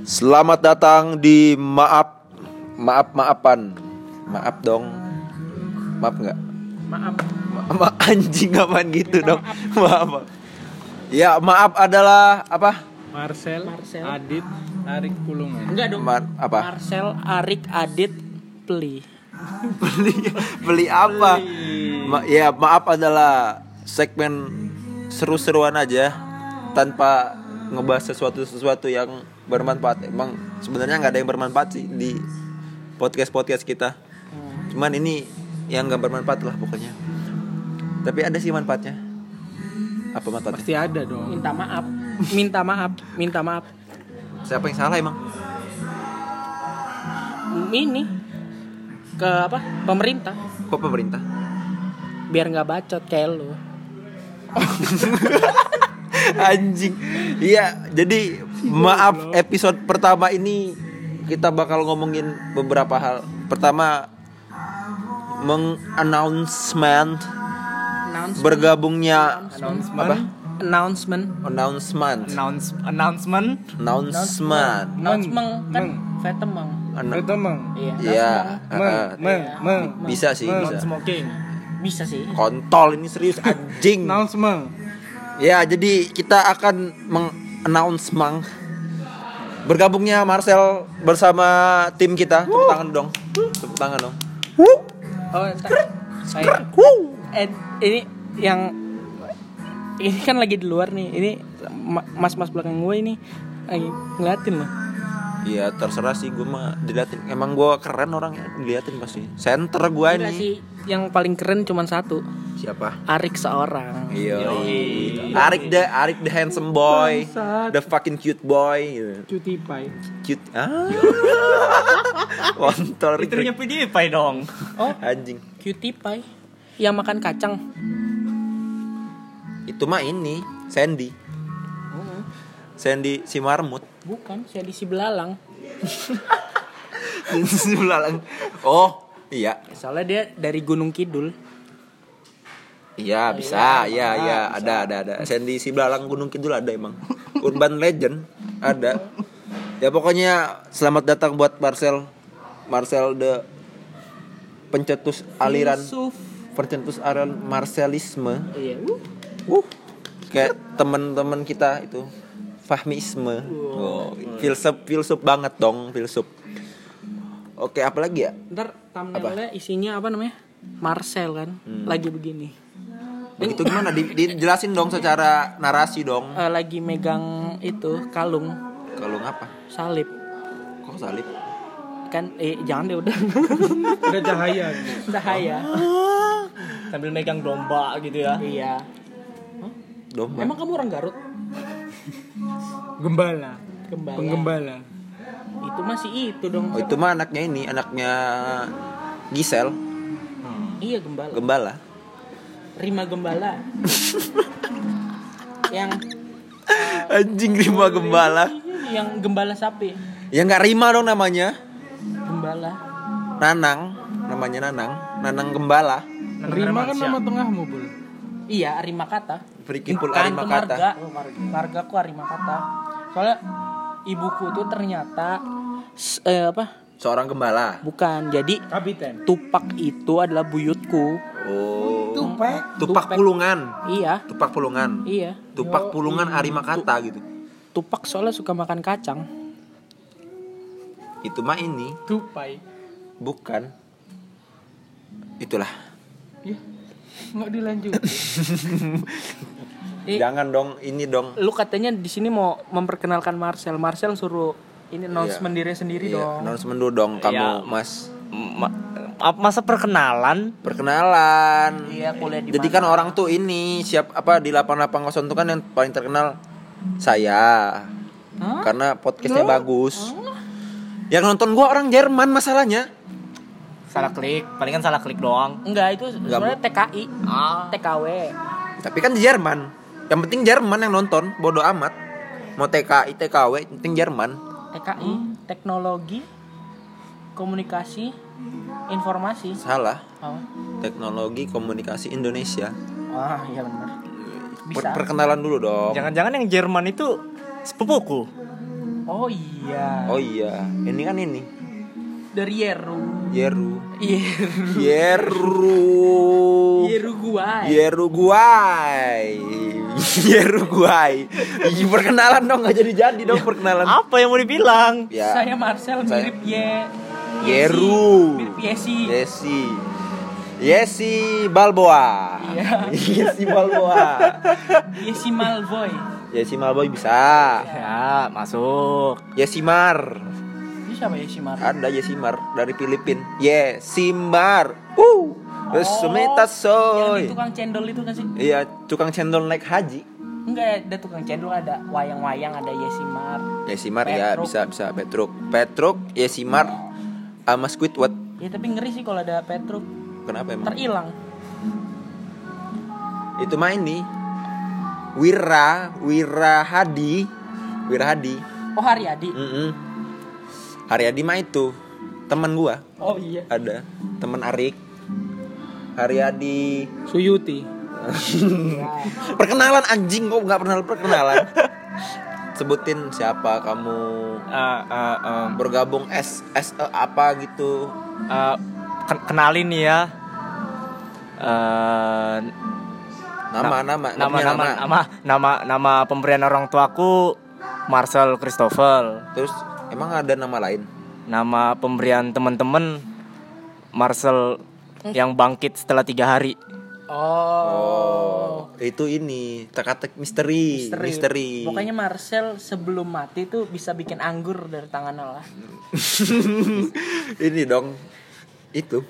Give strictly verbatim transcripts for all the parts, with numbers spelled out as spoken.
Selamat datang di maaf maaf maafan maaf dong maaf nggak Maaf. Ma- ma- anjing apaan gitu Minta dong maaf. Ya maaf adalah apa Marcel, Marcel. Adit, Arik Pulungan. Enggak dong. Ma- apa Marcel, Arik, Adit, Peli. beli beli apa Ma- ya maaf adalah segmen seru-seruan aja tanpa ngebahas sesuatu sesuatu yang bermanfaat. Emang sebenarnya nggak ada yang bermanfaat sih di podcast podcast kita. Cuman ini yang nggak bermanfaat lah pokoknya. Tapi ada sih manfaatnya. Apa manfaatnya? Pasti ada dong. Minta maaf. Minta maaf. Minta maaf. Siapa yang salah emang? Ini ke apa? Pemerintah. Kok pemerintah? Biar nggak bacot kayak lu. Anjing. Iya, jadi maaf episode pertama ini kita bakal ngomongin beberapa hal. Pertama, meng-announcement Announcement. bergabungnya Announcement. apa? Announcement. Announcement. Announce, announcement. Announcement. Announcement kan Meng. vetemeng. Anna- Itu meng. Iya. Iya, Meng, uh-uh. meng, meng. Bisa sih, Meng. bisa. Smoking. Bisa sih. Kontol ini serius anjing. Announcement. Ya, jadi kita akan meng-announce mang bergabungnya Marcel bersama tim kita. Tepuk tangan dong. Tepuk tangan dong. Oh, entar. Saya. Eh, ini yang ini kan lagi di luar nih. Ini ma- mas-mas belakang gue ini lagi ngeliatin loh. Iya, terserah sih gue mah diliatin. Emang gue keren orangnya, diliatin pasti. Center gue Enggak ini. sih, yang paling keren cuma satu. Siapa? Arik seorang. Iya. Arik the Arik the handsome boy, the fucking cute boy. Gitu. Cuti pai. Cute. Ah. Kontol. Istrinya PewDiePie dong. Oh, Anjing. cutie pie. Yang makan kacang. Itu mah ini Sandy. Sandy si marmut. Bukan, saya di si belalang. Si belalang. Oh, iya. Soalnya dia dari Gunung Kidul. Iya, bisa. Iya, iya, ada ada ada. Sandy si belalang Gunung Kidul ada emang. Urban legend ada. Ya pokoknya selamat datang buat Marcel. Marcel the pencetus aliran Yusuf. pencetus aliran Marcelisme. Iya. Uh, kayak teman-teman kita itu Fahmisme. Oh, filsuf filsuf banget dong, filsuf. Oke, apa lagi ya? Ntar thumbnailnya isinya apa namanya? Marcel kan, Hmm. lagi begini. Begitu gimana? Di, dijelasin dong secara narasi dong. Eh, lagi megang itu kalung Kalau ngapa? salib Kok salib? kan? Eh jangan deh udah. Ada cahaya. Cahaya. Sambil megang domba gitu ya. Iya. Domba. Emang kamu orang Garut? Gembala. Gembala. Penggembala. Itu masih itu dong. Oh, itu mah anaknya ini, anaknya Gisel, Iya gembala. Gembala. Rima Gembala. Yang Anjing Rima Gembala. yang gembala sapi. Ya enggak Rima dong namanya. Gembala. Nanang, namanya Nanang. Nanang Gembala. Rima kan nama tengahmu, Bul. Iya, Arima Kata. Frikipul Bukan, Arima itu Kata. marga. Marga ku Arima Kata. Soalnya ibuku tuh ternyata s- eh, apa? Seorang gembala. Bukan. Jadi Kapiten. Tupak itu adalah buyutku. Oh. Tupak. Tupak Tupak. Pulungan. Iya. Tupak Pulungan. Iya. Tupak Pulungan Arima Kata gitu. Tupak soalnya suka makan kacang. Itu mah ini, Tupai. bukan. Itulah. Ya. Enggak dilanjut. Eh, Jangan dong, ini dong. lu katanya di sini mau memperkenalkan Marcel. Marcel suruh ini announcement diri sendiri Iya, dong. announcement dulu dong kamu, Iya. Mas. Ma- apa- masa perkenalan? Perkenalan. Iya, kuliah di Jadi mana? kan orang tuh ini siap apa di delapan delapan nol tuh kan yang paling terkenal saya. Hah? Karena podcastnya bagus. Yang nonton gua orang Jerman masalahnya. Salah klik, palingan salah klik doang. Enggak, itu sebenarnya T K I. Ah. T K W. Tapi kan di Jerman. Yang penting Jerman yang nonton, bodoh amat. Mau T K I, T K W, yang penting Jerman. T K I, teknologi, komunikasi, informasi. Salah. Oh, Teknologi Komunikasi Indonesia. ah iya benar. Per- perkenalan dulu dong. Jangan-jangan yang Jerman itu sepupuku. Oh iya. Oh iya, ini kan ini. Dari Yeru. Yeru. Yeru. Yeru. Yeruguay. Yeruguay. Yeruguay. Ih, perkenalan dong, nggak jadi-jadi dong perkenalan. Apa yang mau dibilang? Ya. Saya Marcel Saya- mirip Ye. Yeru. Mirip Yesi. Yesi. Yesi Balboa. Iya. Yesi Balboa. Yesi Malvoy. Yesi Malboy bisa. Ya, masuk. Yesimar. Itu siapa Yesi Mar? Ada Yesimar dari Filipin. Yesimar. Uh. Resumita Yang soy. di tukang cendol itu kan sih? Iya, tukang cendol naik haji. Enggak, ada tukang cendol, ada wayang-wayang, ada Yesi Mar. Yesimar ya, Petruk. bisa bisa Petruk. Petruk, Yesimar sama Squidward. Ya tapi ngeri sih kalau ada Petruk. Kenapa emang? Terhilang. Itu main nih. Wira, Wira Hadi. Wira Hadi. Oh Haryadi. Mm-mm. Haryadi mah itu teman gua. Oh iya. Ada teman Arik. Haryadi. Suyuti. Perkenalan anjing, kok nggak pernah perkenalan. Sebutin siapa kamu, Eh, eh, em, bergabung S S E apa gitu. eh, ken- kenalin nih ya. Eh, Nama nama nama namanya nama nama nama nama pemberian orang tuaku Marcel Christopher. Terus emang ada nama lain? Nama pemberian teman-teman Marcel yang bangkit setelah tiga hari. Oh. Itu ini teka-teki misteri, Misteri. misteri. Pokoknya Marcel sebelum mati tuh bisa bikin anggur dari tangannya lah. Ini dong. Itu.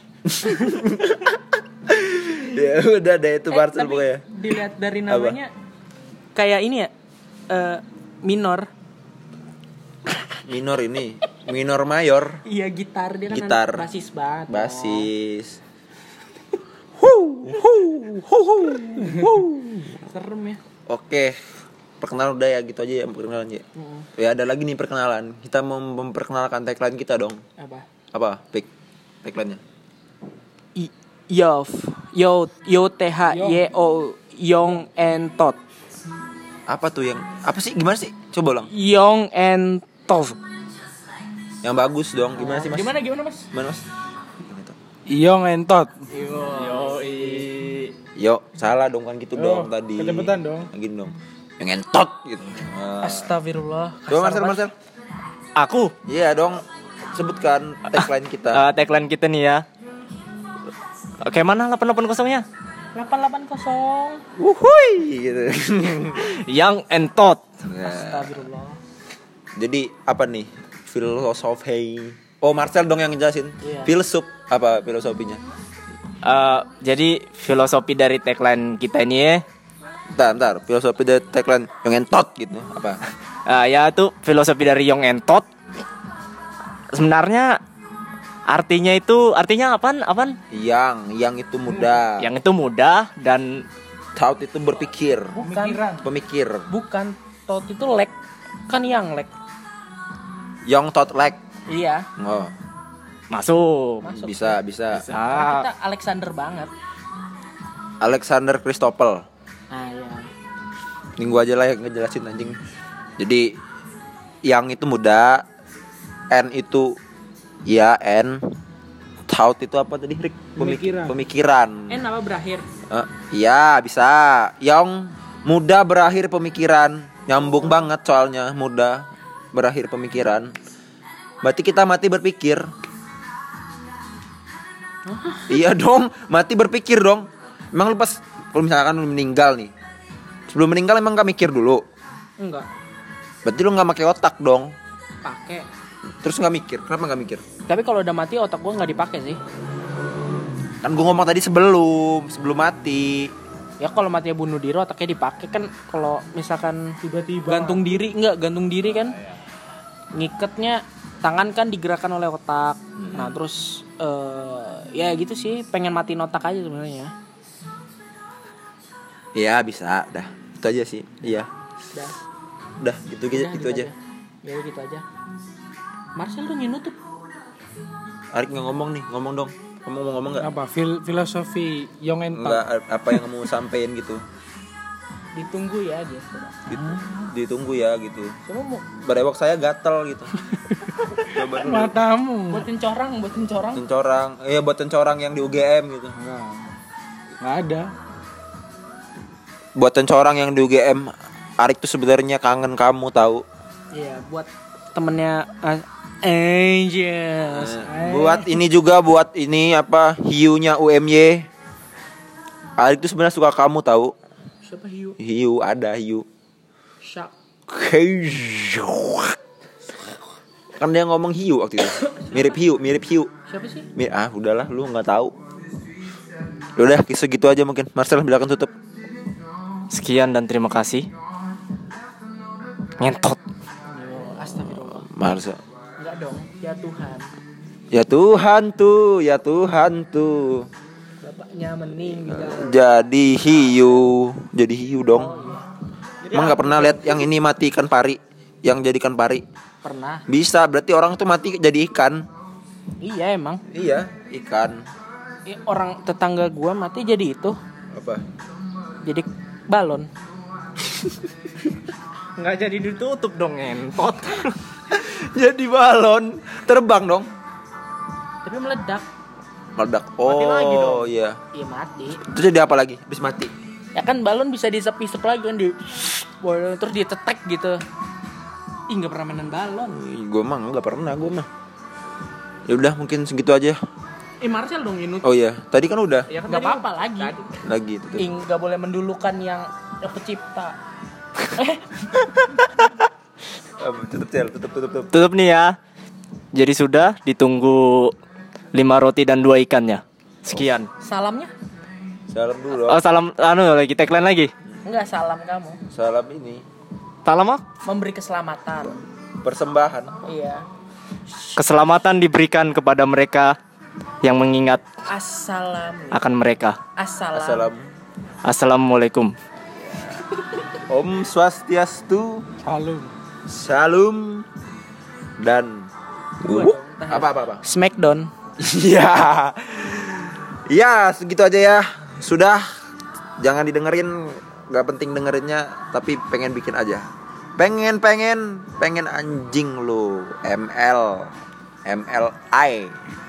Ya udah deh itu Marcel tapi pokoknya. dilihat dari namanya kayak ini ya, eh, minor. Minor ini, minor mayor, Iya gitar, dia kan Gitar. anak basis banget. basis. Hu, hu, hu, hu, hu. Serem ya. Oke. Perkenalan udah ya gitu aja ya perkenalan ya. Mm. Ya ada lagi nih perkenalan. Kita mau memperkenalkan tagline kita dong. Apa? Apa? Pick tagline-nya. I- Yo, yo, yo, T H Y O, Yong and Tot. Apa tuh yang apa sih? Gimana sih? Coba ulang. Yong and Tot. Yang bagus dong. Gimana sih, Mas? Gimana gimana Mas? Gimana, Mas? Iyong entot. Yo, salah dong kan gitu Oh, dong tadi. kecepatan dong. Gini dong. Yang entot gitu. Ah. Astagfirullah. Coba Marcel, Marcel. Aku Iya dong. Sebutkan tagline kita. eh, tagline kita nih ya. Oke, mana delapan delapan nol-nya? delapan delapan nol. Wuhui gitu. Yang entot. Nah, Astagfirullah. jadi apa nih? Filosofi. Oh, Marcel dong yang ngejelasin. Iya. Filsuf apa filosofinya? Eh, jadi filosofi dari tagline kita ini ya, Bentar, bentar. Filosofi dari tagline yang entot gitu. Apa? eh, ya itu filosofi dari Yang entot. Sebenarnya artinya itu artinya apaan? Apaan? Yang, yang itu muda. Yang itu mudah dan Thought itu berpikir, Bukan. pemikir. Bukan. Tot itu lek. Kan yang lek. Young thought like. Iya. Oh, masuk. Masuk. bisa, bisa. Bisa. Kita Alexander banget. Alexander Christopher. Ah ya. Minggu aja lah yang ngejelasin anjing. Jadi yang itu muda, N itu ya N, thought itu apa tadi Rick? Pemik- Pemikiran. Pemikiran. Eh nama berakhir. Eh, iya bisa. Yang muda berakhir pemikiran. Nyambung banget soalnya muda berakhir pemikiran. Berarti kita mati berpikir. Iya dong, mati berpikir dong. Emang lu pas kalau misalkan lu meninggal nih, sebelum meninggal emang gak mikir dulu. Enggak. Berarti lu gak pakai otak dong. Pakai. Terus gak mikir. Kenapa gak mikir? Tapi kalau udah mati otak gua nggak dipakai sih. Kan gue ngomong tadi sebelum sebelum mati. Ya kalau matinya bunuh diri otaknya dipakai kan. Kalau misalkan Tiba-tiba. gantung diri enggak gantung diri kan. Ngiketnya tangan kan digerakkan oleh otak. Nah, terus eh ya gitu sih, pengen matiin otak aja sebenarnya. Iya bisa, dah. Itu aja sih. Iya. Udah. Udah, gitu Udah, gitu, aja. Ya udah gitu aja. Marcel lu nyenutup. Arik nggak ngomong nih, ngomong dong. Kamu mau ngomong nggak? Apa fil- filosofi Yong entot? Nggak, apa yang kamu sampein gitu? Ditunggu ya gitu. Gitu. Ditunggu ya gitu. Coba mau Berewok saya gatel gitu. Coba dulu. Matamu. buatin corang, buatin corang. Cencorang, iya buat cencorang yang di U G M gitu. Enggak. Enggak ada. Buat cencorang yang di U G M, Arik tuh sebenarnya kangen kamu tahu. Iya, buat temennya uh, Angels. Eh, buat ini juga buat ini apa hiunya U M Y. Arik tuh sebenarnya suka kamu tahu. Siapa hiu? Hiu ada hiu. Shark. Kan dia ngomong hiu waktu itu. Mirip hiu, mirip hiu. Siapa sih? Mir ah udahlah lu nggak tahu. Udah segitu aja mungkin. Marcel silakan tutup. Sekian dan terima kasih. Ngentot. Yo, astagfirullah. Marcel. Enggak dong, ya Tuhan. Ya Tuhan tuh, ya Tuhan tuh. Bapaknya meninggal. Jadi hiu, jadi hiu dong. Oh, iya. Emang nggak pernah lihat yang ini mati ikan pari, yang jadi ikan pari? Pernah. Bisa, berarti orang tuh mati jadi ikan. Iya emang. Iya, ikan. Eh, orang tetangga gua mati jadi itu, Apa? jadi balon. Nggak jadi ditutup dong ngentot. Jadi balon, terbang dong. Tapi meledak. Meledak. Mati lagi dong. Oh iya. Iya mati. Terus jadi apa lagi? Habis mati. Ya kan balon bisa disep-isep lagi kan di terus ditetek gitu. Ih nggak pernah mainan balon. Gue mah nggak pernah, gue mah. Ya udah mungkin segitu aja. Eh Marcel dong ini. Oh iya, tadi kan udah. Ya kan nggak apa-apa lagi. Lagi itu. Ih nggak boleh mendulukan yang yang pencipta. Eh Tutup cel, tutup tutup tutup. Tutup nih ya. Jadi sudah ditunggu lima roti dan dua ikannya. Sekian. salamnya? Salam dulu. Oh salam anu lagi tagline lagi. Enggak salam kamu. Salam ini. Salam apa? Memberi keselamatan. Persembahan. Iya. Keselamatan diberikan kepada mereka yang mengingat Assalam. akan mereka. Assalam. Assalam. Assalamualaikum. Om Swastiastu. Salam. Salam. Dan Gua Uh, dong, terakhir. apa apa apa. Smackdown. Iya. Ya, segitu aja ya. Sudah. Jangan didengerin, nggak penting dengerinnya, tapi pengen bikin aja. Pengen pengen pengen anjing lu. M L M L I